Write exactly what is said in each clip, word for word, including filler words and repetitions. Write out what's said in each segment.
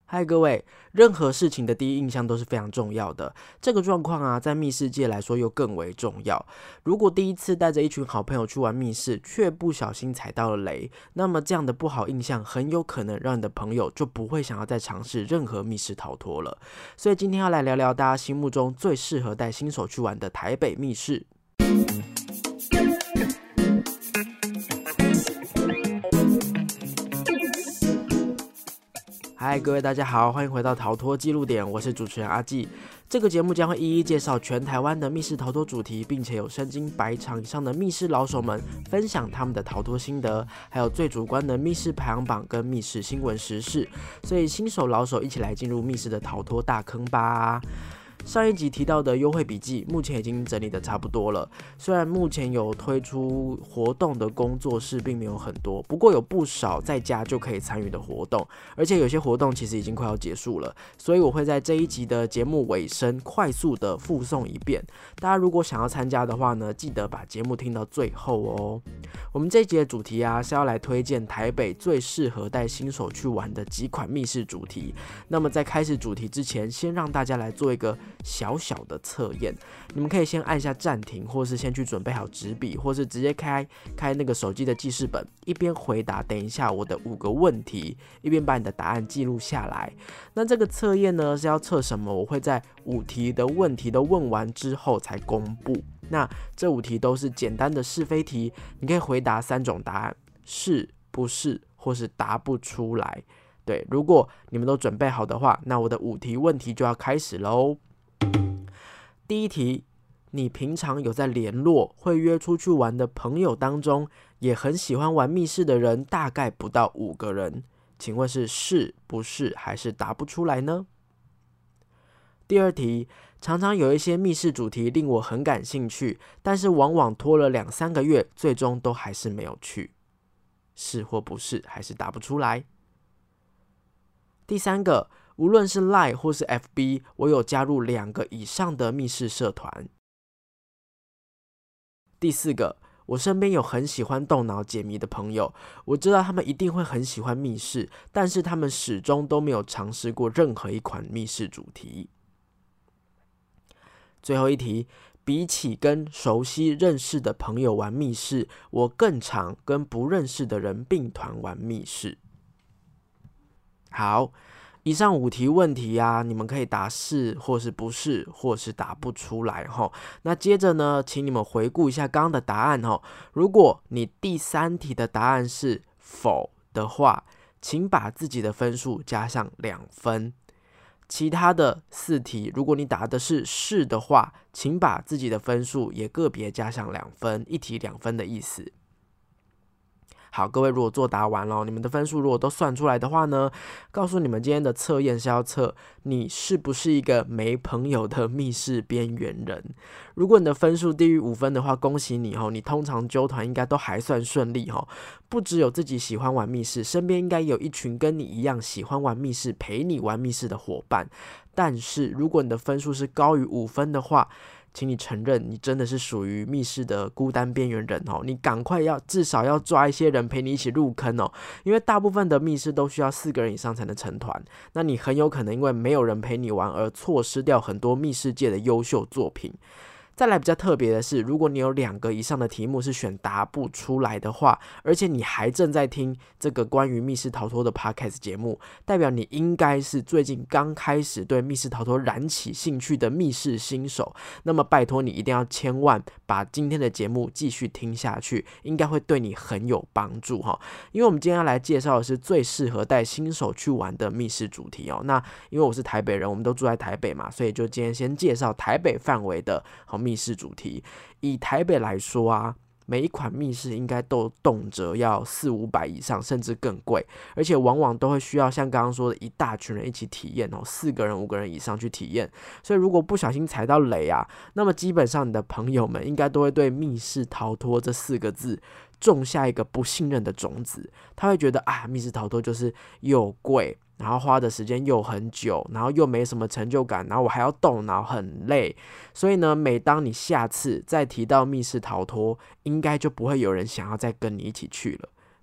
嗨，各位，任何事情的第一印象都是非常重要的。这个状况啊，在密室界来说又更为重要。如果第一次带着一群好朋友去玩密室，却不小心踩到了雷，那么这样的不好印象很有可能让你的朋友就不会想要再尝试任何密室逃脱了。所以今天要来聊聊大家心目中最适合带新手去玩的台北密室。嗨，各位大家好，欢迎回到逃脱记录点，我是主持人阿纪。这个节目将会一一介绍全台湾的密室逃脱主题，并且有身经百场以上的密室老手们分享他们的逃脱心得，还有最主观的密室排行榜跟密室新闻时事。所以新手老手一起来进入密室的逃脱大坑吧。上一集提到的优惠笔记，目前已经整理的差不多了。虽然目前有推出活动的工作室并没有很多，不过有不少在家就可以参与的活动，而且有些活动其实已经快要结束了，所以我会在这一集的节目尾声快速的附送一遍。大家如果想要参加的话呢，记得把节目听到最后哦。我们这一集的主题啊，是要来推荐台北最适合带新手去玩的几款密室主题。那么在开始主题之前，先让大家来做一个小小的测验，你们可以先按下暂停，或是先去准备好纸笔，或是直接开开那个手机的记事本，一边回答等一下我的五个问题，一边把你的答案记录下来。那这个测验呢是要测什么？我会在五题的问题都问完之后才公布。那这五题都是简单的是非题，你可以回答三种答案：是、不是，或是答不出来。对，如果你们都准备好的话，那我的五题问题就要开始喽。第一题，你平常有在联络会约出去玩的朋友当中，也很喜欢玩密室的人，大概不到五个人，请问是是不是还是答不出来呢？第二题，常常有一些密室主题令我很感兴趣，但是往往拖了两三个月，最终都还是没有去，是或不是还是答不出来？第三个，无论是 Line 或是 F B， 我有加入两个以上的密室社团。第四个，我身边有很喜欢动脑解谜的朋友，我知道他们一定会很喜欢密室，但是他们始终都没有尝试过任何一款密室主题。最后一题，比起跟熟悉认识的朋友玩密室，我更常跟不认识的人并团玩密室。好，以上五题问题啊，你们可以答是或是不是，或是答不出来齁。那接着呢，请你们回顾一下刚刚的答案齁。如果你第三题的答案是否的话，请把自己的分数加上两分。其他的四题，如果你答的是是的话，请把自己的分数也个别加上两分，一题两分的意思。好，各位如果作答完了，你们的分数如果都算出来的话呢，告诉你们今天的测验是要测你是不是一个没朋友的密室边缘人。如果你的分数低于五分的话，恭喜你哦，你通常揪团应该都还算顺利哦。不只有自己喜欢玩密室，身边应该有一群跟你一样喜欢玩密室、陪你玩密室的伙伴。但是如果你的分数是高于五分的话，请你承认你真的是属于密室的孤单边缘人哦，你赶快要至少要抓一些人陪你一起入坑哦，因为大部分的密室都需要四个人以上才能成团，那你很有可能因为没有人陪你玩而错失掉很多密室界的优秀作品。再来比较特别的是，如果你有两个以上的题目是选答不出来的话，而且你还正在听这个关于密室逃脱的 podcast 节目，代表你应该是最近刚开始对密室逃脱燃起兴趣的密室新手。那么拜托你一定要千万把今天的节目继续听下去，应该会对你很有帮助哈。因为我们今天要来介绍的是最适合带新手去玩的密室主题哦。那因为我是台北人，我们都住在台北嘛，所以就今天先介绍台北范围的好密室主题。以台北来说啊，每一款密室应该都动辄要四五百以上，甚至更贵，而且往往都会需要像刚刚说的一大群人一起体验哦，四个人五个人以上去体验。所以如果不小心踩到雷啊，那么基本上你的朋友们应该都会对密室逃脱这四个字种下一个不信任的种子。他会觉得啊，密室逃脱就是又贵，然后花的时间又很久，然后又没什么成就感，然后我还要动脑，很累。所以呢，每当你下次再提到密室逃脱，应该就不会有人想要再跟你一起去了。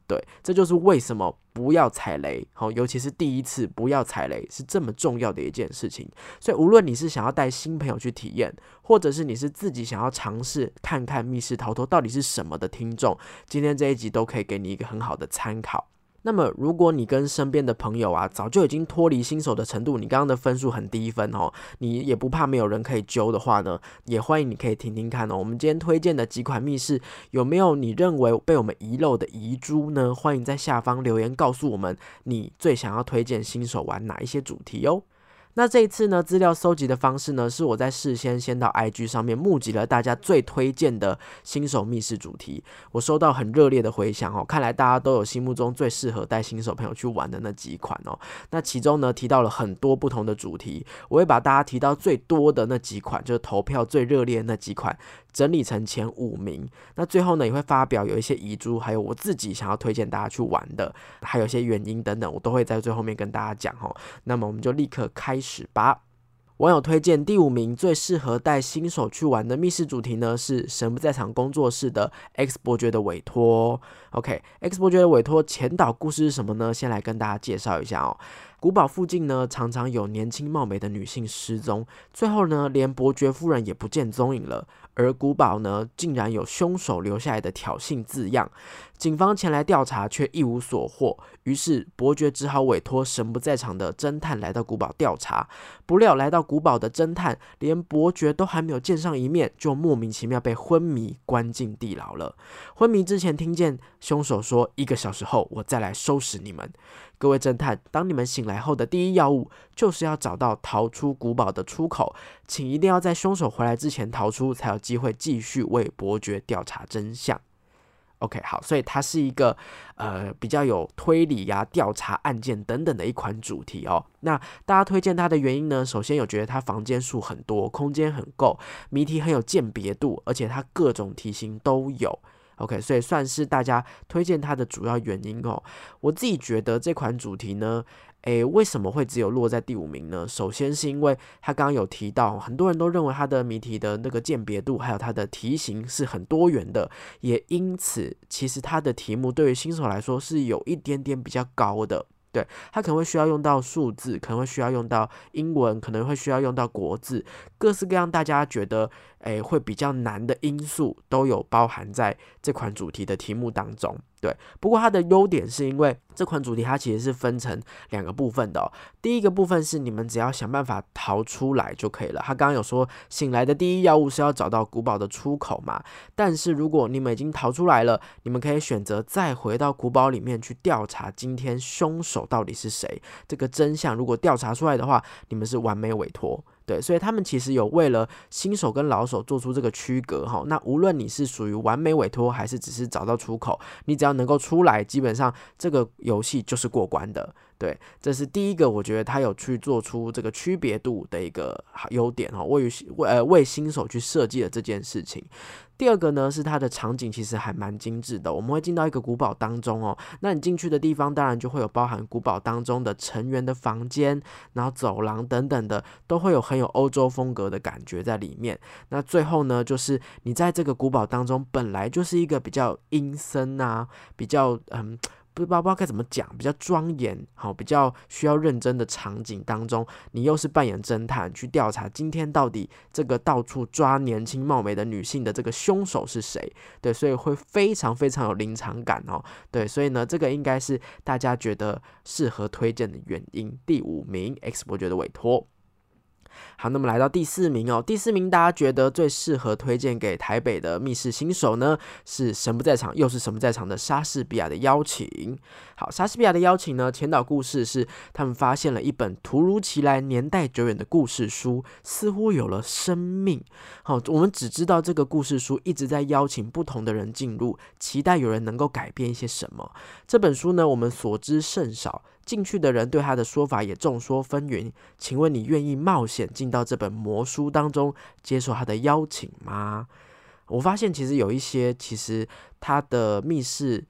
对，这就是为什么不要踩雷，好，尤其是第一次不要踩雷是这么重要的一件事情。所以无论你是想要带新朋友去体验，或者是你是自己想要尝试看看密室逃脱到底是什么的听众，今天这一集都可以给你一个很好的参考。那么如果你跟身边的朋友啊早就已经脱离新手的程度，你刚刚的分数很低分哦，你也不怕没有人可以揪的话呢，也欢迎你可以听听看哦，我们今天推荐的几款密室有没有你认为被我们遗漏的遗珠呢？欢迎在下方留言告诉我们你最想要推荐新手玩哪一些主题哦。那这一次呢，资料搜集的方式呢，是我在事先先到 I G 上面募集了大家最推荐的新手密室主题，我收到很热烈的回响哦，看来大家都有心目中最适合带新手朋友去玩的那几款哦。那其中呢，提到了很多不同的主题，我会把大家提到最多的那几款，就是投票最热烈的那几款，整理成前五名。那最后呢，也会发表有一些遗珠，还有我自己想要推荐大家去玩的，还有一些原因等等，我都会在最后面跟大家讲哦。那么我们就立刻开始吧。网友推荐第五名最适合带新手去玩的密室主题呢，是神不在场工作室的 X 伯爵的委托。OK，X 伯爵的委托前导故事是什么呢？先来跟大家介绍一下哦。古堡附近呢，常常有年轻貌美的女性失踪，最后呢，连伯爵夫人也不见踪影了。而古堡呢，竟然有凶手留下来的挑衅字样，警方前来调查却一无所获，于是伯爵只好委托神不在场的侦探来到古堡调查。不料来到古堡的侦探，连伯爵都还没有见上一面，就莫名其妙被昏迷关进地牢了。昏迷之前听见凶手说：“一个小时后我再来收拾你们。”各位侦探，当你们醒来后的第一要务就是要找到逃出古堡的出口，请一定要在凶手回来之前逃出，才有机会继续为伯爵调查真相。OK， 好，所以它是一个呃比较有推理呀、啊、调查案件等等的一款主题哦。那大家推荐它的原因呢，首先有觉得它房间数很多，空间很够，谜题很有鉴别度，而且它各种题型都有。OK， 所以算是大家推荐它的主要原因哦。我自己觉得这款主题呢，诶，为什么会只有落在第五名呢？首先是因为他刚刚有提到，很多人都认为它的谜题的那个鉴别度，还有它的题型是很多元的，也因此，其实它的题目对于新手来说是有一点点比较高的。对，它可能会需要用到数字，可能会需要用到英文，可能会需要用到国字，各式各样大家觉得诶会比较难的因素都有包含在这款主题的题目当中。对，不过它的优点是因为这款主题它其实是分成两个部分的哦。第一个部分是你们只要想办法逃出来就可以了。他刚刚有说醒来的第一要务是要找到古堡的出口嘛，但是如果你们已经逃出来了，你们可以选择再回到古堡里面去调查今天凶手到底是谁。这个真相如果调查出来的话，你们是完美委托。对，所以他们其实有为了新手跟老手做出这个区隔哈。那无论你是属于完美委托，还是只是找到出口，你只要能够出来，基本上这个游戏就是过关的。对，这是第一个，我觉得他有去做出这个区别度的一个优点哈，为为呃为新手去设计了这件事情。第二个呢，是它的场景其实还蛮精致的。我们会进到一个古堡当中哦，那你进去的地方当然就会有包含古堡当中的成员的房间，然后走廊等等的，都会有很有欧洲风格的感觉在里面。那最后呢，就是你在这个古堡当中本来就是一个比较阴森啊，比较嗯。不知道不知道该怎么讲，比较庄严，好，比较需要认真的场景当中，你又是扮演侦探去调查今天到底这个到处抓年轻貌美的女性的这个凶手是谁？对，所以会非常非常有临场感哦。对，所以呢，这个应该是大家觉得适合推荐的原因。第五名 ，X 伯爵的委托。好，那么来到第四名哦，第四名大家觉得最适合推荐给台北的密室新手呢，是神不在场又是神不在场的莎士比亚的邀请。好，莎士比亚的邀请呢，前导故事是他们发现了一本突如其来年代久远的故事书，似乎有了生命。好，我们只知道这个故事书一直在邀请不同的人进入，期待有人能够改变一些什么。这本书呢，我们所知甚少，进去的人对他的说法也众说纷纭，请问你愿意冒险进到这本魔书当中，接受他的邀请吗？我发现其实有一些，其实他的密室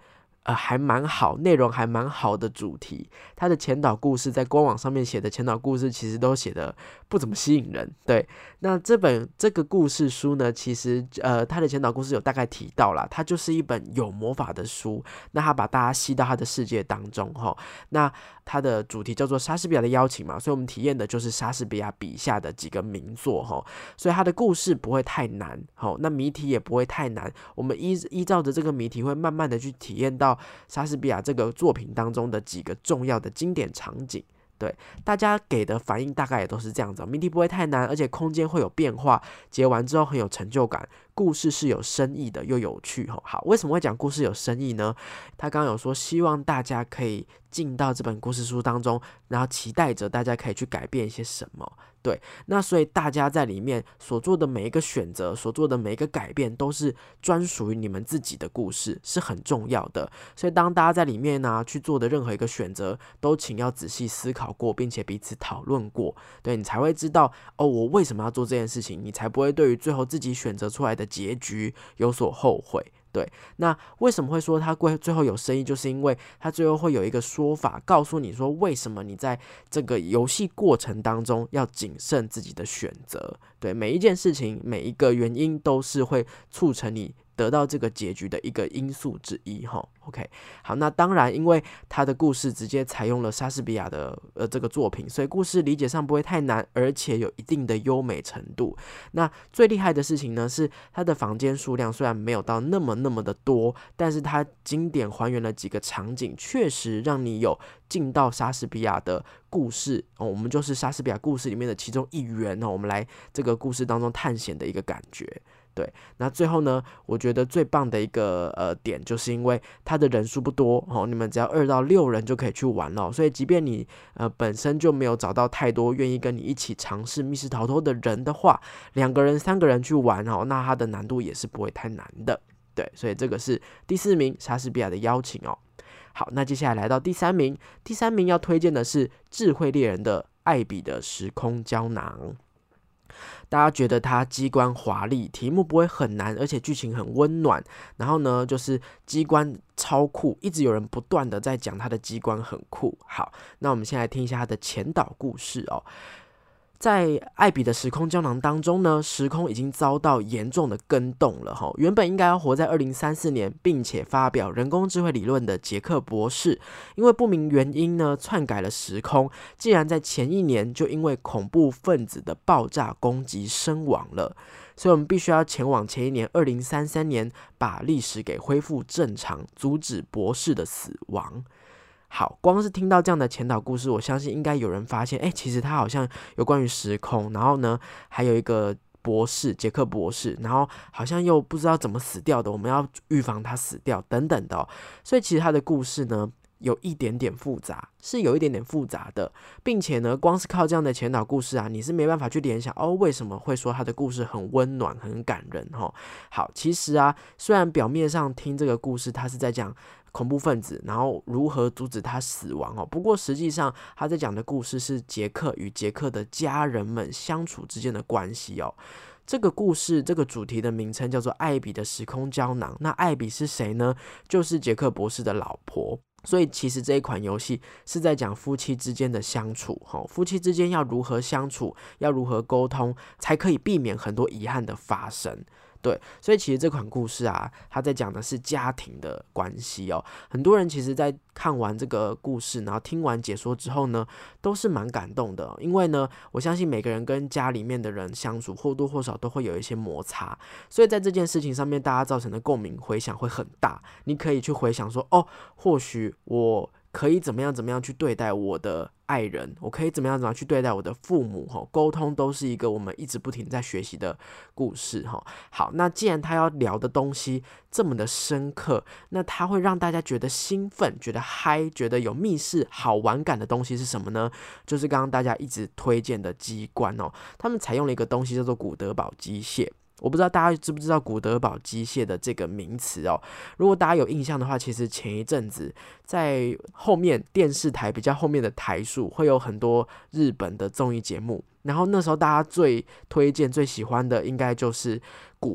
呃还蛮好，内容还蛮好的主题。它的前导故事在官网上面写的前导故事其实都写的不怎么吸引人。对，那这本这个故事书呢，其实呃它的前导故事有大概提到啦，它就是一本有魔法的书，那它把大家吸到它的世界当中齁。那它的主题叫做莎士比亚的邀请嘛，所以我们体验的就是莎士比亚笔下的几个名作齁，所以它的故事不会太难齁，那谜题也不会太难，我们依依照着这个谜题会慢慢的去体验到莎士比亚这个作品当中的几个重要的经典场景。对，大家给的反应大概也都是这样子，谜题不会太难，而且空间会有变化，解完之后很有成就感，故事是有深意的又有趣。好，为什么会讲故事有深意呢？他刚刚有说希望大家可以进到这本故事书当中，然后期待着大家可以去改变一些什么。对，那所以大家在里面所做的每一个选择，所做的每一个改变，都是专属于你们自己的故事，是很重要的。所以当大家在里面呢、啊、去做的任何一个选择，都请要仔细思考过，并且彼此讨论过，对，你才会知道哦，我为什么要做这件事情，你才不会对于最后自己选择出来的结局有所后悔。对，那为什么会说它最后有深意，就是因为它最后会有一个说法告诉你说，为什么你在这个游戏过程当中要谨慎自己的选择。对，每一件事情每一个原因都是会促成你得到这个结局的一个因素之一。 OK， 好，那当然因为他的故事直接采用了莎士比亚的呃这个作品，所以故事理解上不会太难，而且有一定的优美程度。那最厉害的事情呢，是他的房间数量虽然没有到那么那么的多，但是他经典还原了几个场景，确实让你有进到莎士比亚的故事、哦、我们就是莎士比亚故事里面的其中一员、哦、我们来这个故事当中探险的一个感觉。对，那最后呢，我觉得最棒的一个呃点，就是因为它的人数不多哦，你们只要二到六人就可以去玩了，所以即便你呃本身就没有找到太多愿意跟你一起尝试密室逃脱的人的话，两个人、三个人去玩哦，那它的难度也是不会太难的。对，所以这个是第四名莎士比亚的邀请哦。好，那接下来来到第三名，第三名要推荐的是智慧猎人的艾比的时空胶囊。大家觉得它机关华丽，题目不会很难，而且剧情很温暖，然后呢就是机关超酷，一直有人不断的在讲它的机关很酷。好，那我们先来听一下它的前导故事哦。在艾比的时空胶囊当中呢，时空已经遭到严重的更动了齁。原本应该要活在二零三四年，并且发表人工智慧理论的杰克博士，因为不明原因呢，篡改了时空，竟然在前一年就因为恐怖分子的爆炸攻击身亡了。所以我们必须要前往前一年二零三三年，把历史给恢复正常，阻止博士的死亡。好，光是听到这样的前导故事，我相信应该有人发现，哎，其实他好像有关于时空，然后呢，还有一个博士，杰克博士，然后好像又不知道怎么死掉的，我们要预防他死掉等等的哦。所以其实他的故事呢，有一点点复杂，是有一点点复杂的，并且呢，光是靠这样的前导故事啊，你是没办法去联想哦，为什么会说他的故事很温暖、很感人齁。好，其实啊，虽然表面上听这个故事，他是在讲恐怖分子，然后如何阻止他死亡哦。不过实际上他在讲的故事是杰克与杰克的家人们相处之间的关系哦。这个故事这个主题的名称叫做艾比的时空胶囊。那艾比是谁呢？就是杰克博士的老婆。所以其实这一款游戏是在讲夫妻之间的相处，夫妻之间要如何相处，要如何沟通，才可以避免很多遗憾的发生。对，所以其实这款故事啊，它在讲的是家庭的关系哦。很多人其实在看完这个故事，然后听完解说之后呢，都是蛮感动的。因为呢，我相信每个人跟家里面的人相处，或多或少都会有一些摩擦，所以在这件事情上面，大家造成的共鸣回响会很大。你可以去回想说，哦，或许我可以怎么样怎么样去对待我的爱人，我可以怎么样怎么样去对待我的父母，沟通都是一个我们一直不停在学习的故事。好，那既然他要聊的东西这么的深刻，那他会让大家觉得兴奋，觉得嗨，觉得有密室好玩感的东西是什么呢？就是刚刚大家一直推荐的机关哦，他们采用了一个东西叫做古德堡机械。我不知道大家知不知道古德堡机械的这个名词哦。如果大家有印象的话，其实前一阵子在后面电视台比较后面的台数会有很多日本的综艺节目，然后那时候大家最推荐最喜欢的应该就是骨牌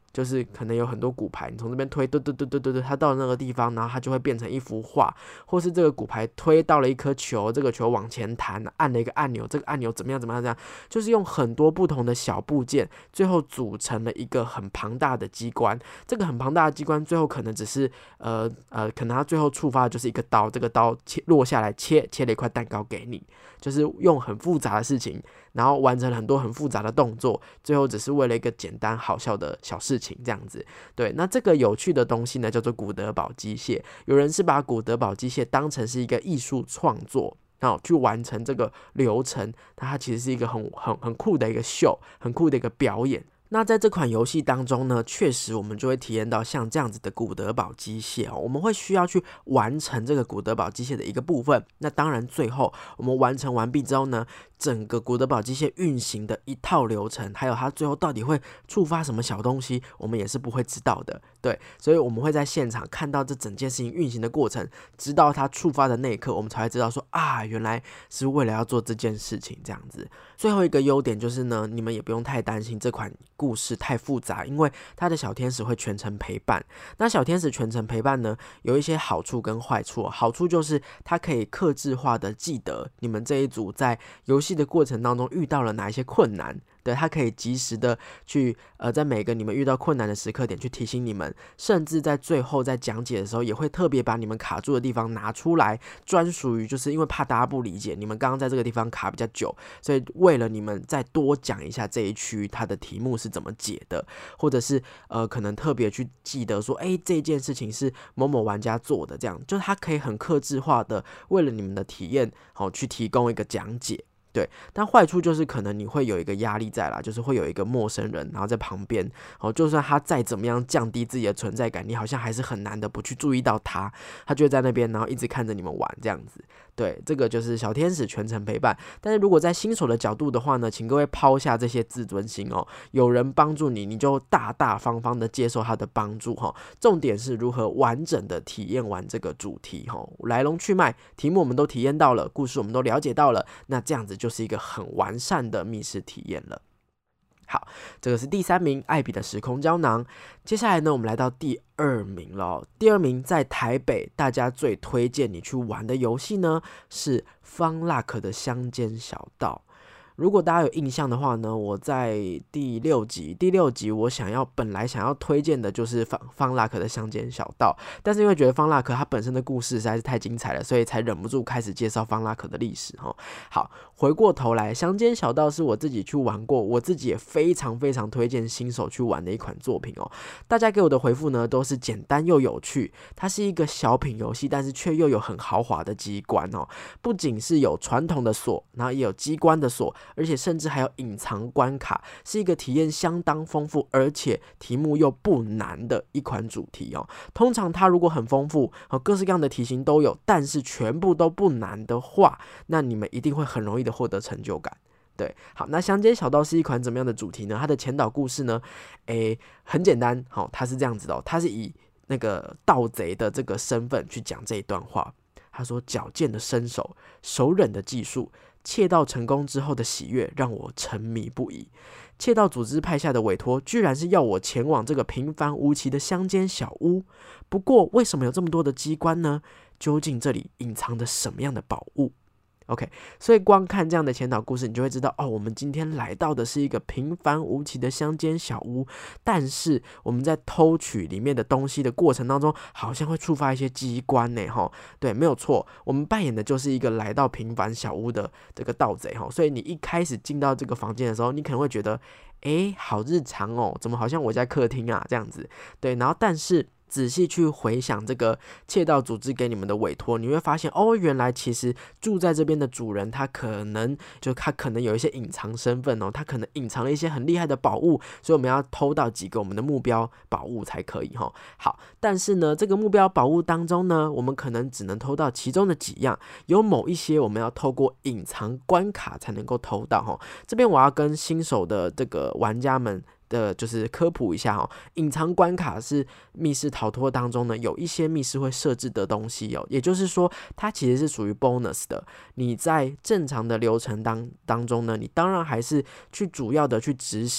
就是可能有很多骨牌，你从这边推，对对对对对对，它到了那个地方，然后它就会变成一幅画，或是这个骨牌推到了一颗球，这个球往前弹，按了一个按钮，这个按钮怎么样怎么样怎么样，就是用很多不同的小部件，最后组成了一个很庞大的机关。这个很庞大的机关，最后可能只是呃呃，可能它最后触发的就是一个刀，这个刀切落下来切切了一块蛋糕给你，就是用很复杂的事情，然后完成了很多很复杂的动作，最后只是为了一个简单好笑的小事情这样子。对，那这个有趣的东西呢，叫做古德堡机械。有人是把古德堡机械当成是一个艺术创作，然后去完成这个流程，那它其实是一个很很很酷的一个秀，很酷的一个表演。那在这款游戏当中呢，确实我们就会体验到像这样子的古德堡机械、哦、我们会需要去完成这个古德堡机械的一个部分。那当然最后我们完成完毕之后呢，整个古德堡机械运行的一套流程，还有它最后到底会触发什么小东西，我们也是不会知道的。对，所以我们会在现场看到这整件事情运行的过程，直到它触发的那一刻，我们才会知道说啊，原来是为了要做这件事情这样子。最后一个优点就是呢，你们也不用太担心这款故事太复杂，因为它的小天使会全程陪伴。那小天使全程陪伴呢，有一些好处跟坏处。好处就是它可以客制化的记得你们这一组在游戏的过程当中遇到了哪一些困难。对，它可以及时的去呃，在每个你们遇到困难的时刻点去提醒你们，甚至在最后在讲解的时候，也会特别把你们卡住的地方拿出来，专属于就是因为怕大家不理解，你们刚刚在这个地方卡比较久，所以为了你们再多讲一下这一区它的题目是怎么解的，或者是呃可能特别去记得说，哎，这件事情是某某玩家做的，这样就是它可以很客制化的为了你们的体验，好、哦、去提供一个讲解。对，但坏处就是可能你会有一个压力在啦，就是会有一个陌生人，然后在旁边，哦，就算他再怎么样降低自己的存在感，你好像还是很难的不去注意到他，他就会在那边，然后一直看着你们玩这样子。对，这个就是小天使全程陪伴。但是如果在新手的角度的话呢，请各位抛下这些自尊心哦，有人帮助你，你就大大方方的接受他的帮助哈、哦。重点是如何完整的体验完这个主题哈、哦，来龙去脉，题目我们都体验到了，故事我们都了解到了，那这样子就是一个很完善的密室体验了。好，这个是第三名艾比的时空胶囊。接下来呢，我们来到第二名了。第二名在台北，大家最推荐你去玩的游戏呢是 Fun Luck 的乡间小道。如果大家有印象的话呢，我在第六集，第六集我想要本来想要推荐的就是方方拉克的乡间小道，但是因为觉得方拉克他本身的故事实在是太精彩了，所以才忍不住开始介绍方拉克的历史哈。好，回过头来，乡间小道是我自己去玩过，我自己也非常非常推荐新手去玩的一款作品哦。大家给我的回复呢都是简单又有趣，它是一个小品游戏，但是却又有很豪华的机关哦。不仅是有传统的锁，然后也有机关的锁。而且甚至还有隐藏关卡，是一个体验相当丰富，而且题目又不难的一款主题哦。通常它如果很丰富，各式各样的题型都有，但是全部都不难的话，那你们一定会很容易的获得成就感。对，好，那乡间小道是一款怎么样的主题呢？它的前导故事呢，诶，很简单，好，它是这样子的哦，它是以那个盗贼的这个身份去讲这一段话。他说：“矫健的身手，手忍的技术。”窃盗成功之后的喜悦让我沉迷不已。窃盗组织派下的委托，居然是要我前往这个平凡无奇的乡间小屋。不过，为什么有这么多的机关呢？究竟这里隐藏着什么样的宝物？OK， 所以光看这样的前导故事，你就会知道哦，我们今天来到的是一个平凡无奇的乡间小屋，但是我们在偷取里面的东西的过程当中，好像会触发一些机关呢，哈，对，没有错，我们扮演的就是一个来到平凡小屋的这个盗贼，哈，所以你一开始进到这个房间的时候，你可能会觉得，哎，好日常哦，怎么好像我在客厅啊这样子，对，然后但是仔细去回想这个窃盗组织给你们的委托，你会发现哦，原来其实住在这边的主人，他可能就他可能有一些隐藏身份哦，他可能隐藏了一些很厉害的宝物，所以我们要偷到几个我们的目标宝物才可以哈。好，但是呢，这个目标宝物当中呢，我们可能只能偷到其中的几样，有某一些我们要透过隐藏关卡才能够偷到哈。这边我要跟新手的这个玩家们的就是科普一下哦，隐藏关卡是密室逃脱当中呢有一些密室会设置的东西哦，也就是说它其实是属于 bonus 的。你在正常的流程当当中呢，你当然还是去主要的去执行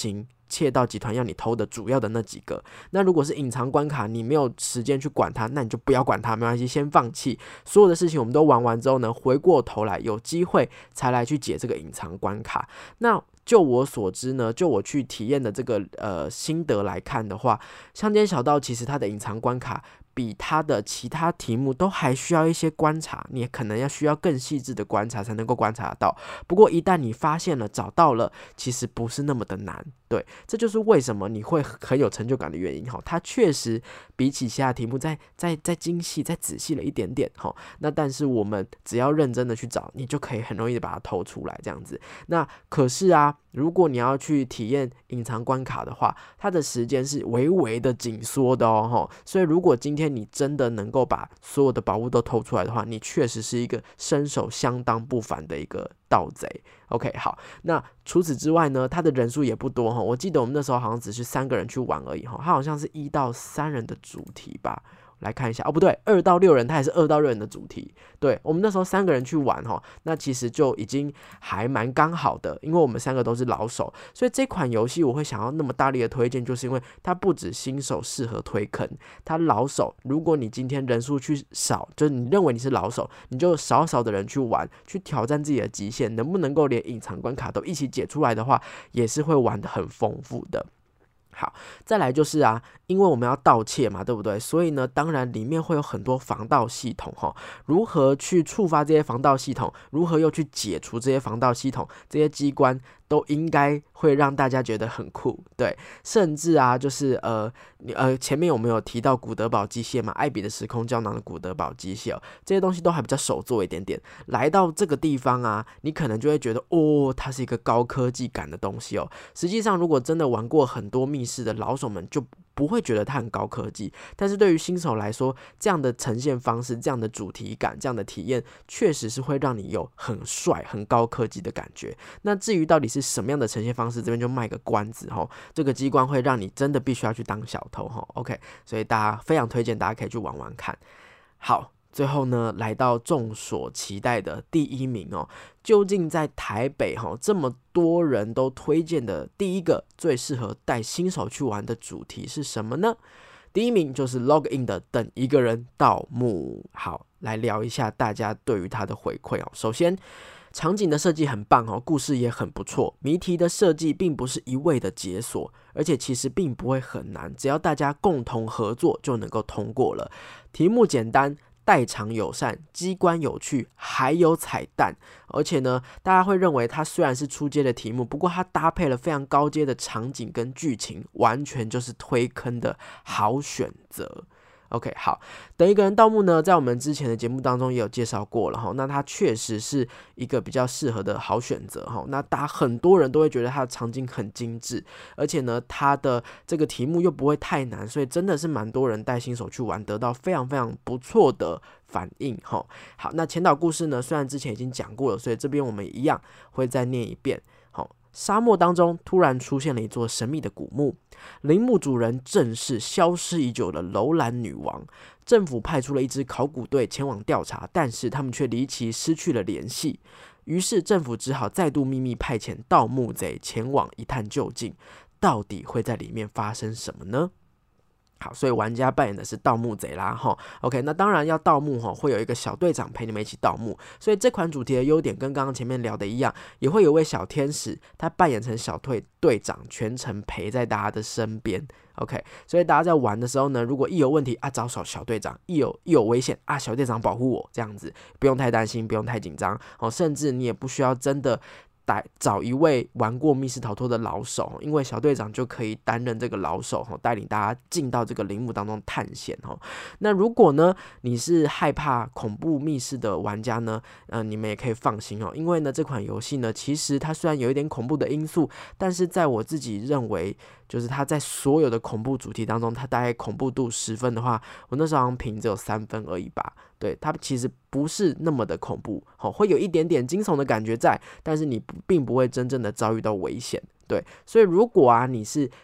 窃盗集团要你偷的主要的那几个。那如果是隐藏关卡，你没有时间去管它，那你就不要管它，没关系，先放弃。所有的事情我们都玩完之后呢，回过头来有机会才来去解这个隐藏关卡。那就我所知呢，就我去体验的这个呃心得来看的话，乡间小道其实它的隐藏关卡比它的其他题目都还需要一些观察，你可能要需要更细致的观察才能够观察得到。不过一旦你发现了找到了，其实不是那么的难。对，这就是为什么你会很有成就感的原因。它确实比起其他题目再再再精细再仔细了一点点。那但是我们只要认真的去找，你就可以很容易的把它偷出来这样子。那可是啊，如果你要去体验隐藏关卡的话，它的时间是微微的紧缩的哦。所以如果今天你真的能够把所有的宝物都偷出来的话，你确实是一个身手相当不凡的一个盗贼。OK， 好，那除此之外呢，它的人数也不多哈。我记得我们那时候好像只是三个人去玩而已哈，它好像是一到三人的主题吧。来看一下哦，不对，二到六人，它也是二到六人的主题。对，我们那时候三个人去玩哈，那其实就已经还蛮刚好的，因为我们三个都是老手，所以这款游戏我会想要那么大力的推荐，就是因为它不止新手适合推坑，它老手，如果你今天人数去少，就是你认为你是老手，你就少少的人去玩，去挑战自己的极限，能不能够连隐藏关卡都一起解出来的话，也是会玩得很丰富的。好，再来就是啊，因为我们要盗窃嘛，对不对？所以呢，当然里面会有很多防盗系统哈。如何去触发这些防盗系统？如何又去解除这些防盗系统？这些机关都应该会让大家觉得很酷，对。甚至啊，就是呃呃，前面我们有提到古德堡机械嘛，艾比的时空胶囊的古德堡机械哦，这些东西都还比较手做一点点。来到这个地方啊，你可能就会觉得哦，它是一个高科技感的东西哦。实际上，如果真的玩过很多密室的老手们就不会觉得它很高科技，但是对于新手来说，这样的呈现方式、这样的主题感、这样的体验，确实是会让你有很帅、很高科技的感觉。那至于到底是什么样的呈现方式，这边就卖个关子齁。这个机关会让你真的必须要去当小偷齁。OK， 所以大家非常推荐，大家可以去玩玩看。好。最后呢，来到众所期待的第一名哦，究竟在台北哈这么多人都推荐的第一个最适合带新手去玩的主题是什么呢？第一名就是 Login 的等一个人盗墓。好，来聊一下大家对于它的回馈哦。首先，场景的设计很棒哦，故事也很不错，谜题的设计并不是一味的解锁，而且其实并不会很难，只要大家共同合作就能够通过了。题目简单。代偿友善，机关有趣，还有彩蛋，而且呢，大家会认为它虽然是初阶的题目，不过它搭配了非常高阶的场景跟剧情，完全就是推坑的好选择。OK， 好，等一个人盗墓呢，在我们之前的节目当中也有介绍过了哈，那它确实是一个比较适合的好选择哈。那大家很多人都会觉得它的场景很精致，而且呢，它的这个题目又不会太难，所以真的是蛮多人带新手去玩，得到非常非常不错的反应哈。好，那前导故事呢，虽然之前已经讲过了，所以这边我们一样会再念一遍。好，沙漠当中突然出现了一座神秘的古墓。陵墓主人正是消失已久的楼兰女王，政府派出了一支考古队前往调查，但是他们却离奇失去了联系。于是政府只好再度秘密派遣盗墓贼前往一探究竟，到底会在里面发生什么呢？好，所以玩家扮演的是盗墓贼啦齁 OK， 那当然要盗墓齁，会有一个小队长陪你们一起盗墓，所以这款主题的优点跟刚刚前面聊的一样，也会有位小天使，他扮演成小队队长，全程陪在大家的身边。OK， 所以大家在玩的时候呢，如果一有问题啊，找小小队长；一有一有危险啊，小队长保护我，这样子不用太担心，不用太紧张哦，甚至你也不需要真的。找一位玩过密室逃脱的老手，因为小队长就可以担任这个老手，带领大家进到这个陵墓当中探险。那如果呢你是害怕恐怖密室的玩家呢，呃，你们也可以放心哦，因为呢这款游戏呢，其实它虽然有一点恐怖的因素，但是在我自己认为，就是它在所有的恐怖主题当中，它大概恐怖度十分的话，我那时候好像评只有三分而已吧。对，它其实不是那么的恐怖，哦，会有一点点惊悚的感觉在，但是你并不会真正的遭遇到危险。对，所以如果啊你是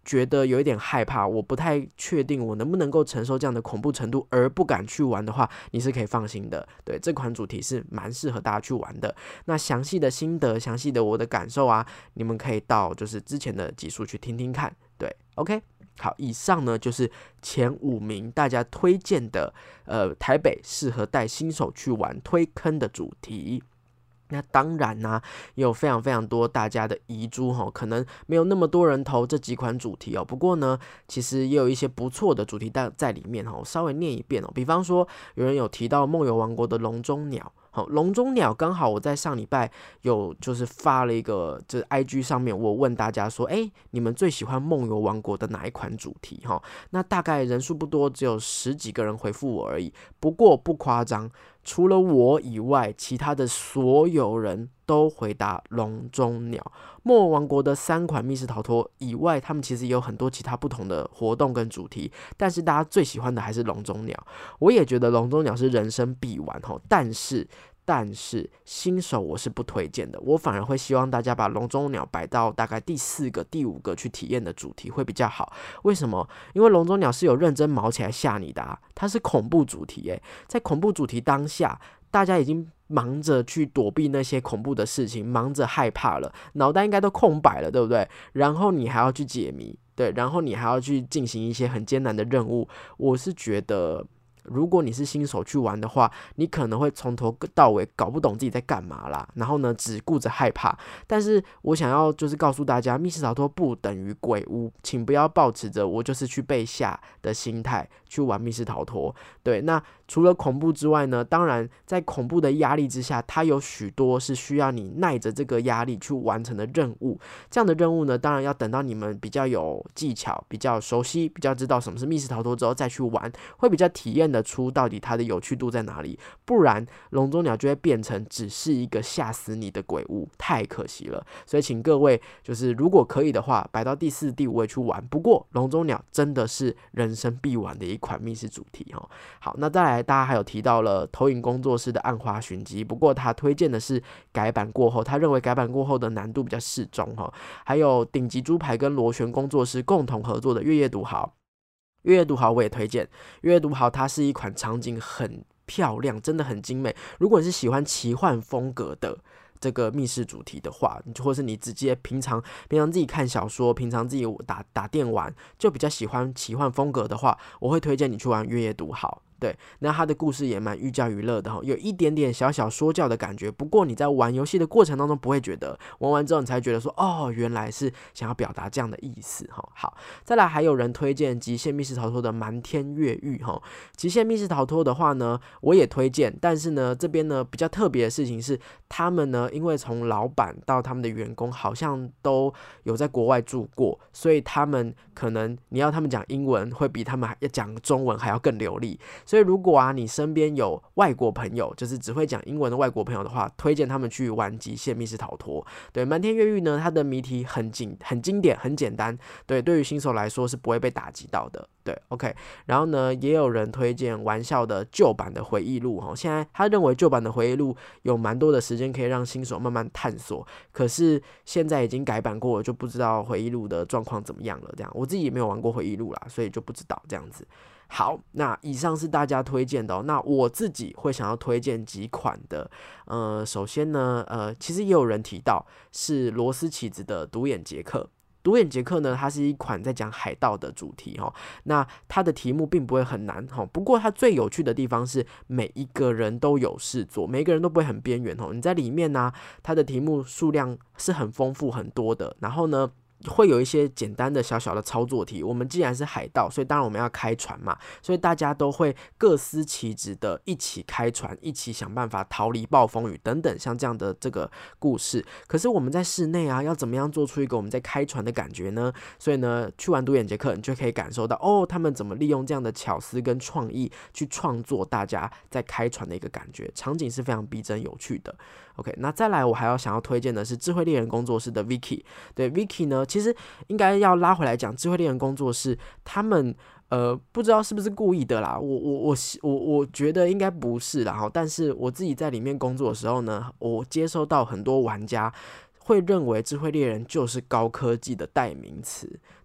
觉得有一点害怕，我不太确定我能不能够承受这样的恐怖程度而不敢去玩的话，你是可以放心的。对，这款主题是蛮适合大家去玩的。那详细的心得，详细的我的感受啊，你们可以到就是之前的集数去听听看。对 OK， 好，以上呢就是前五名大家推荐的呃台北适合带新手去玩推坑的主题。那当然呢、啊，也有非常非常多大家的遗珠哈，可能没有那么多人投这几款主题哦。不过呢，其实也有一些不错的主题在在里面哈，我稍微念一遍哦。比方说，有人有提到梦游王国的笼中鸟。好，笼中鸟刚好我在上礼拜有就是发了一个，就是 I G 上面我问大家说，哎，你们最喜欢梦游王国的哪一款主题哈？那大概人数不多，只有十几个人回复我而已。不过不夸张，除了我以外，其他的所有人都回答笼中鸟。梦游王国的三款密室逃脱以外，他们其实也有很多其他不同的活动跟主题，但是大家最喜欢的还是笼中鸟。我也觉得笼中鸟是人生必玩吼，但是。但是新手我是不推荐的，我反而会希望大家把笼中鸟摆到大概第四个、第五个去体验的主题会比较好。为什么？因为笼中鸟是有认真毛起来吓你的啊，它是恐怖主题耶，在恐怖主题当下，大家已经忙着去躲避那些恐怖的事情，忙着害怕了，脑袋应该都空白了，对不对？然后你还要去解谜，对，然后你还要去进行一些很艰难的任务，我是觉得。如果你是新手去玩的话，你可能会从头到尾搞不懂自己在干嘛啦，然后呢只顾着害怕。但是我想要就是告诉大家，密室逃脱不等于鬼屋，请不要抱持着我就是去被吓的心态去玩密室逃脱。对，那除了恐怖之外呢，当然在恐怖的压力之下，它有许多是需要你耐着这个压力去完成的任务。这样的任务呢，当然要等到你们比较有技巧、比较熟悉、比较知道什么是密室逃脱之后再去玩，会比较体验得出到底它的有趣度在哪里。不然笼中鸟就会变成只是一个吓死你的鬼屋，太可惜了。所以请各位就是如果可以的话，摆到第四、第五位去玩。不过笼中鸟真的是人生必玩的一款密室主题哦。好，那再来大家还有提到了投影工作室的暗花寻机，不过他推荐的是改版过后，他认为改版过后的难度比较适中哈。还有顶级猪排跟螺旋工作室共同合作的月夜独豪。月夜独豪我也推荐，月夜独豪它是一款场景很漂亮，真的很精美。如果你是喜欢奇幻风格的这个密室主题的话，或是你直接平常平常自己看小说，平常自己打打电玩，就比较喜欢奇幻风格的话，我会推荐你去玩月夜独豪。对，那他的故事也蛮寓教于乐的，有一点点小小说教的感觉。不过你在玩游戏的过程当中不会觉得，玩完之后你才觉得说，哦，原来是想要表达这样的意思。好，再来还有人推荐极限密室逃脱的瞒天越狱。极限密室逃脱的话呢，我也推荐，但是呢，这边呢比较特别的事情是，他们呢因为从老板到他们的员工好像都有在国外住过，所以他们可能你要他们讲英文，会比他们要讲中文还要更流利。所以如果啊你身边有外国朋友，就是只会讲英文的外国朋友的话，推荐他们去玩极限密室逃脱。对，瞒天越狱呢，它的谜题很经很经典，很简单。对，对于新手来说是不会被打击到的。对 ，OK。然后呢，也有人推荐玩笑的旧版的回忆录哈。现在他认为旧版的回忆录有蛮多的时间可以让新手慢慢探索，可是现在已经改版过了，就不知道回忆录的状况怎么样了。这样，我自己也没有玩过回忆录啦，所以就不知道这样子。好，那以上是大家推荐的哦。那我自己会想要推荐几款的，呃，首先呢，呃，其实也有人提到是罗斯起子的独眼杰克。独眼杰克呢，它是一款在讲海盗的主题哈。那它的题目并不会很难哈，不过它最有趣的地方是每一个人都有事做，每一个人都不会很边缘哦。你在里面呢、啊，它的题目数量是很丰富很多的，然后呢，会有一些简单的小小的操作题。我们既然是海盗，所以当然我们要开船嘛，所以大家都会各司其职的一起开船，一起想办法逃离暴风雨等等，像这样的这个故事。可是我们在室内啊，要怎么样做出一个我们在开船的感觉呢？所以呢，去玩独眼杰克，你就可以感受到哦，他们怎么利用这样的巧思跟创意去创作大家在开船的一个感觉，场景是非常逼真有趣的。OK， 那再来我还要想要推荐的是智慧猎人工作室的 Vicky。对 Vicky 呢，其实应该要拉回来讲，智慧猎人工作室他们呃不知道是不是故意的啦，我我我我我觉得应该不是啦，但是我自己在里面工作的时候呢，我接收到很多玩家会认为智慧猎人就是高科技的代名词。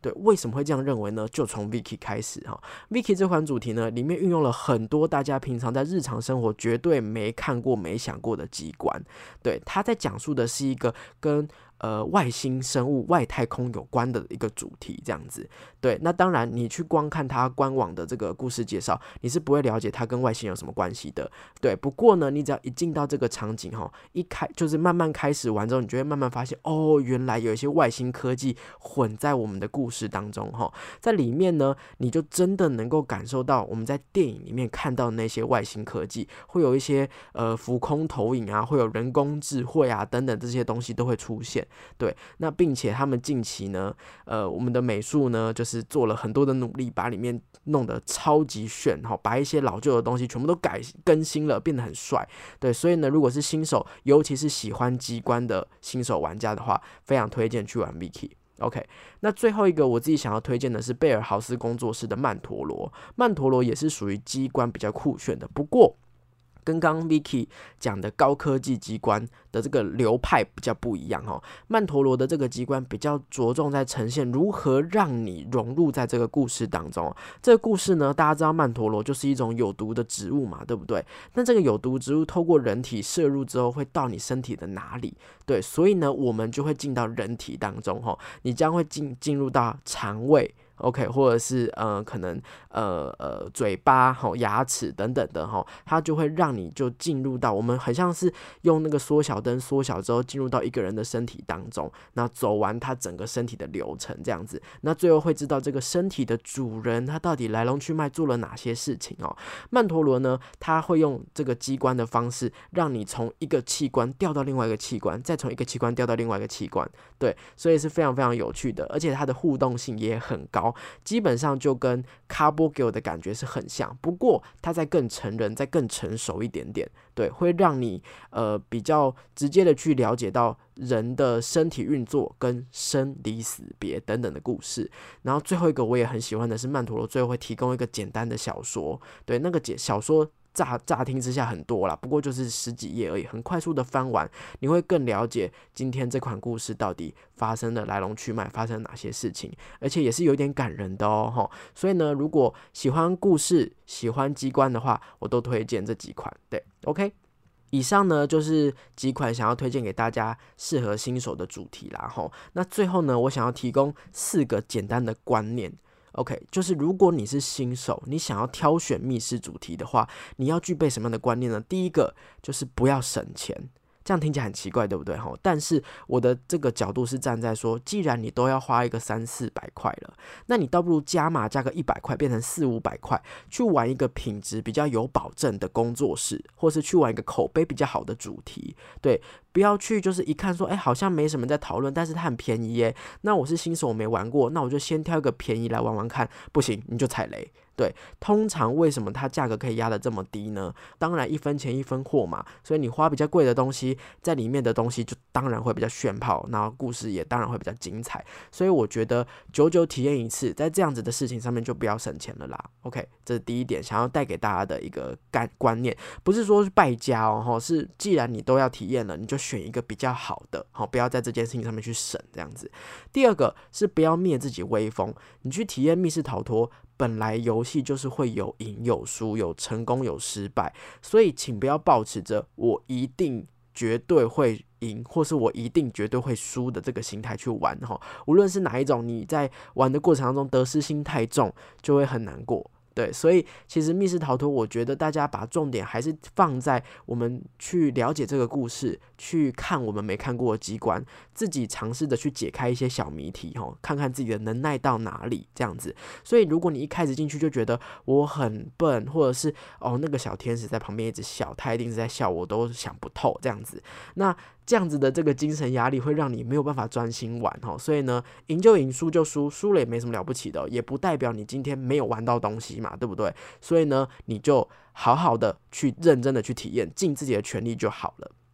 对，为什么会这样认为呢？就从 Vicky 开始哈。Vicky 这款主题呢，里面运用了很多大家平常在日常生活绝对没看过、没想过的机关。对，他在讲述的是一个跟呃外星生物、外太空有关的一个主题，这样子。对，那当然你去光看他官网的这个故事介绍，你是不会了解他跟外星有什么关系的。对，不过呢，你只要一进到这个场景哈，一开就是慢慢开始玩之后，你就会慢慢发现，哦，原来有一些外星科技混在我们的故事当中哈，在里面呢，你就真的能够感受到我们在电影里面看到的那些外星科技，会有一些呃浮空投影啊，会有人工智慧啊等等这些东西都会出现。对，那并且他们近期呢，呃，我们的美术呢，就是做了很多的努力，把里面弄得超级炫，哈，把一些老旧的东西全部都改更新了，变得很帅。对，所以呢，如果是新手，尤其是喜欢机关的新手玩家的话，非常推荐去玩 Vicky。OK， 那最后一个我自己想要推荐的是贝尔豪斯工作室的曼陀罗。曼陀罗也是属于机关比较酷炫的，不过跟刚刚 Vicky 讲的高科技机关的这个流派比较不一样哦。曼陀罗的这个机关比较着重在呈现如何让你融入在这个故事当中。这个故事呢，大家知道曼陀罗就是一种有毒的植物嘛，对不对？那这个有毒植物透过人体摄入之后，会到你身体的哪里？对，所以呢，我们就会进到人体当中哦，你将会进进入到肠胃。OK， 或者是呃，可能呃呃嘴巴、吼牙齿等等的哈，它就会让你就进入到我们很像是用那个缩小灯缩小之后进入到一个人的身体当中，那走完他整个身体的流程这样子，那最后会知道这个身体的主人他到底来龙去脉做了哪些事情哦。曼陀罗呢，他会用这个机关的方式，让你从一个器官调到另外一个器官，再从一个器官调到另外一个器官，对，所以是非常非常有趣的，而且它的互动性也很高。基本上就跟 Carbo 给我的感觉是很像，不过它再更成人，再更成熟一点点，对，会让你呃比较直接的去了解到人的身体运作跟生离死别等等的故事。然后最后一个我也很喜欢的是曼陀罗最后会提供一个简单的小说，对，那个小说乍乍听之下很多啦，不过就是十几页而已，很快速的翻完，你会更了解今天这款故事到底发生的来龙去脉，发生哪些事情，而且也是有点感人的哦。齁，所以呢，如果喜欢故事、喜欢机关的话，我都推荐这几款。对 ，OK。以上呢就是几款想要推荐给大家适合新手的主题啦。齁，那最后呢，我想要提供四个简单的观念。OK， 就是如果你是新手，你想要挑选密室主题的话，你要具备什么样的观念呢？第一个就是不要省钱。这样听起来很奇怪，对不对？但是我的这个角度是站在说，既然你都要花一个三四百块了，那你倒不如加码加个一百块，变成四五百块，去玩一个品质比较有保证的工作室，或是去玩一个口碑比较好的主题。对，不要去就是一看说，哎，好像没什么在讨论，但是它很便宜耶。那我是新手，我没玩过，那我就先挑一个便宜来玩玩看，不行你就踩雷。对，通常为什么它价格可以压得这么低呢？当然一分钱一分货嘛，所以你花比较贵的东西，在里面的东西就当然会比较炫炮，然后故事也当然会比较精彩。所以我觉得久久体验一次，在这样子的事情上面就不要省钱了啦。OK， 这是第一点，想要带给大家的一个概观念，不是说是败家哦，是既然你都要体验了，你就选一个比较好的，不要在这件事情上面去省这样子。第二个是不要灭自己威风，你去体验密室逃脱。本来游戏就是会有赢有输，有成功有失败，所以请不要抱持着我一定绝对会赢，或是我一定绝对会输的这个心态去玩齁。无论是哪一种，你在玩的过程当中得失心太重，就会很难过。对，所以其实密室逃脱，我觉得大家把重点还是放在我们去了解这个故事，去看我们没看过的机关，自己尝试的去解开一些小谜题，看看自己的能耐到哪里这样子。所以如果你一开始进去就觉得我很笨，或者是哦那个小天使在旁边一直笑，他一定是在笑，我都想不透这样子，那这样子的这个精神压力会让你没有办法专心玩，所以呢，赢就赢，输就输，输了也没什么了不起的，也不代表你今天没有玩到东西嘛，对不对？所以呢，你就好好的去认真的去体验，尽自己的全力就好了。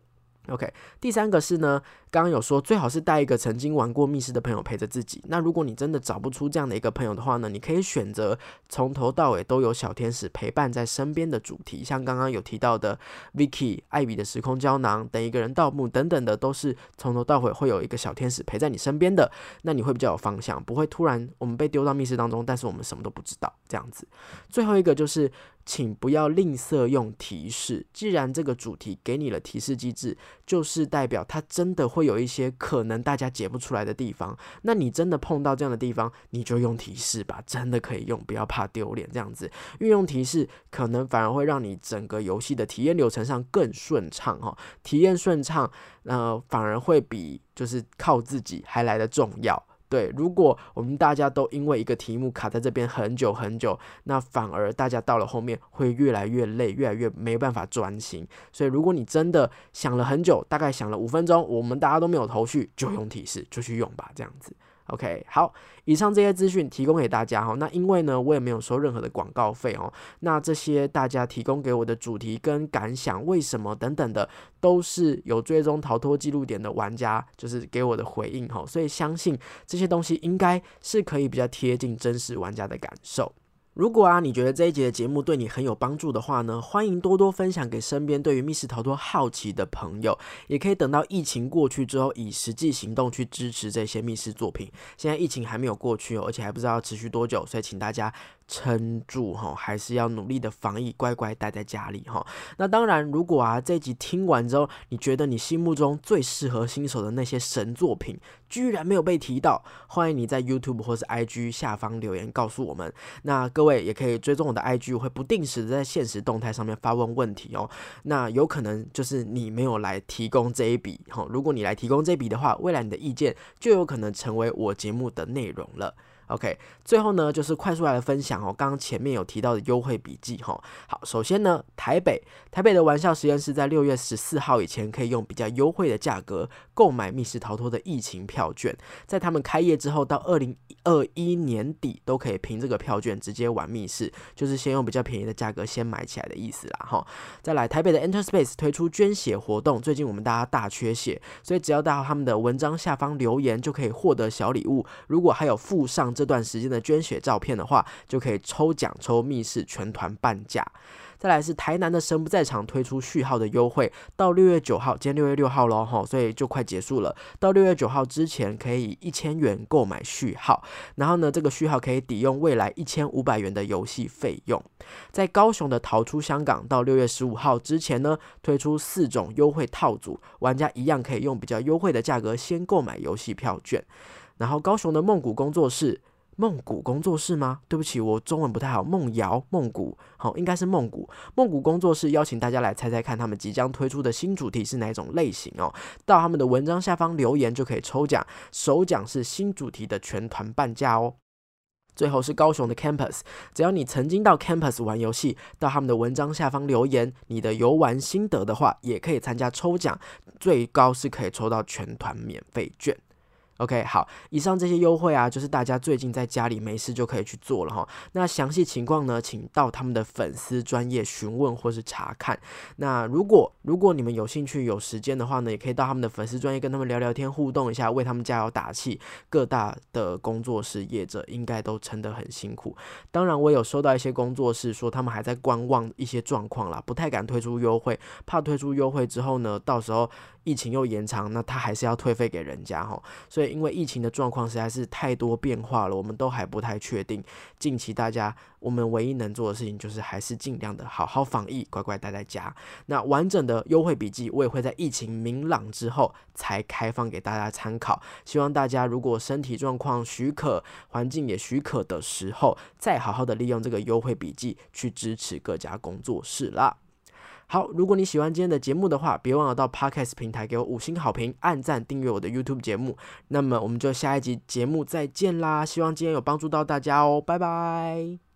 OK， 第三个是呢，刚刚有说最好是带一个曾经玩过密室的朋友陪着自己。那如果你真的找不出这样的一个朋友的话呢，你可以选择从头到尾都有小天使陪伴在身边的主题，像刚刚有提到的 Vicky、艾比的时空胶囊、等一个人盗墓等等的，都是从头到尾会有一个小天使陪在你身边的，那你会比较有方向，不会突然我们被丢到密室当中，但是我们什么都不知道这样子。最后一个就是请不要吝啬用提示，既然这个主题给你了提示机制，就是代表它真的会有一些可能大家解不出来的地方，那你真的碰到这样的地方，你就用提示吧，真的可以用，不要怕丢脸这样子。运用提示可能反而会让你整个游戏的体验流程上更顺畅哈，体验顺畅，呃，反而会比就是靠自己还来得重要。对，如果我们大家都因为一个题目卡在这边很久很久，那反而大家到了后面会越来越累，越来越没办法专心。所以如果你真的想了很久，大概想了五分钟，我们大家都没有头绪，就用提示，就去用吧，这样子。OK， 好，以上这些资讯提供给大家哈。那因为呢，我也没有收任何的广告费哦。那这些大家提供给我的主题跟感想、为什么等等的，都是有追踪逃脱记录点的玩家就是给我的回应哈。所以相信这些东西应该是可以比较贴近真实玩家的感受。如果啊，你觉得这一集的节目对你很有帮助的话呢，欢迎多多分享给身边对于密室逃脱好奇的朋友，也可以等到疫情过去之后，以实际行动去支持这些密室作品。现在疫情还没有过去哦，而且还不知道要持续多久，所以请大家撑住哈，还是要努力的防疫，乖乖待在家里哈。那当然，如果啊这一集听完之后，你觉得你心目中最适合新手的那些神作品居然没有被提到，欢迎你在 YouTube 或是 I G 下方留言告诉我们。那各位也可以追踪我的 I G， 我会不定时的在限时动态上面发问问题哦。那有可能就是你没有来提供这一笔，如果你来提供这一笔的话，未来你的意见就有可能成为我节目的内容了。OK， 最后呢，就是快速来分享哦，刚刚前面有提到的优惠笔记哈。好，首先呢，台北台北的玩笑实验室在六月十四号以前可以用比较优惠的价格购买密室逃脱的疫情票券，在他们开业之后到二零二一年底都可以凭这个票券直接玩密室，就是先用比较便宜的价格先买起来的意思啦哈。再来，台北的 Enterspace 推出捐血活动，最近我们大家大缺血，所以只要到他们的文章下方留言就可以获得小礼物，如果还有附上这段时间的捐血照片的话，就可以抽奖抽密室全团半价。再来是台南的神不在场推出序号的优惠，到六月九号，今天六月六号咯，所以就快结束了。到六月九号之前可以以一千元购买序号，然后呢，这个序号可以抵用未来一千五百元的游戏费用。在高雄的逃出香港，到六月十五号之前呢，推出四种优惠套组，玩家一样可以用比较优惠的价格先购买游戏票券。然后高雄的梦谷工作室。梦谷工作室吗？对不起，我中文不太好。梦瑶、梦谷，好，应该是梦谷。梦谷工作室邀请大家来猜猜看，他们即将推出的新主题是哪一种类型哦？到他们的文章下方留言就可以抽奖，首奖是新主题的全团半价哦。最后是高雄的 Campus， 只要你曾经到 Campus 玩游戏，到他们的文章下方留言你的游玩心得的话，也可以参加抽奖，最高是可以抽到全团免费券。OK， 好，以上这些优惠啊，就是大家最近在家里没事就可以去做了哈。那详细情况呢，请到他们的粉丝专页询问或是查看。那如果如果你们有兴趣有时间的话呢，也可以到他们的粉丝专页跟他们聊聊天，互动一下，为他们加油打气。各大的工作室业者应该都撑得很辛苦。当然，我有收到一些工作室说他们还在观望一些状况啦，不太敢推出优惠，怕推出优惠之后呢，到时候疫情又延长，那他还是要退费给人家齁。所以因为疫情的状况实在是太多变化了，我们都还不太确定。近期大家我们唯一能做的事情就是还是尽量的好好防疫，乖乖待在家。那完整的优惠笔记我也会在疫情明朗之后才开放给大家参考，希望大家如果身体状况许可，环境也许可的时候，再好好的利用这个优惠笔记去支持各家工作室啦。好，如果你喜欢今天的节目的话，别忘了到 Podcast 平台给我五星好评，按赞订阅我的 YouTube 节目。那么我们就下一集节目再见啦，希望今天有帮助到大家哦，拜拜。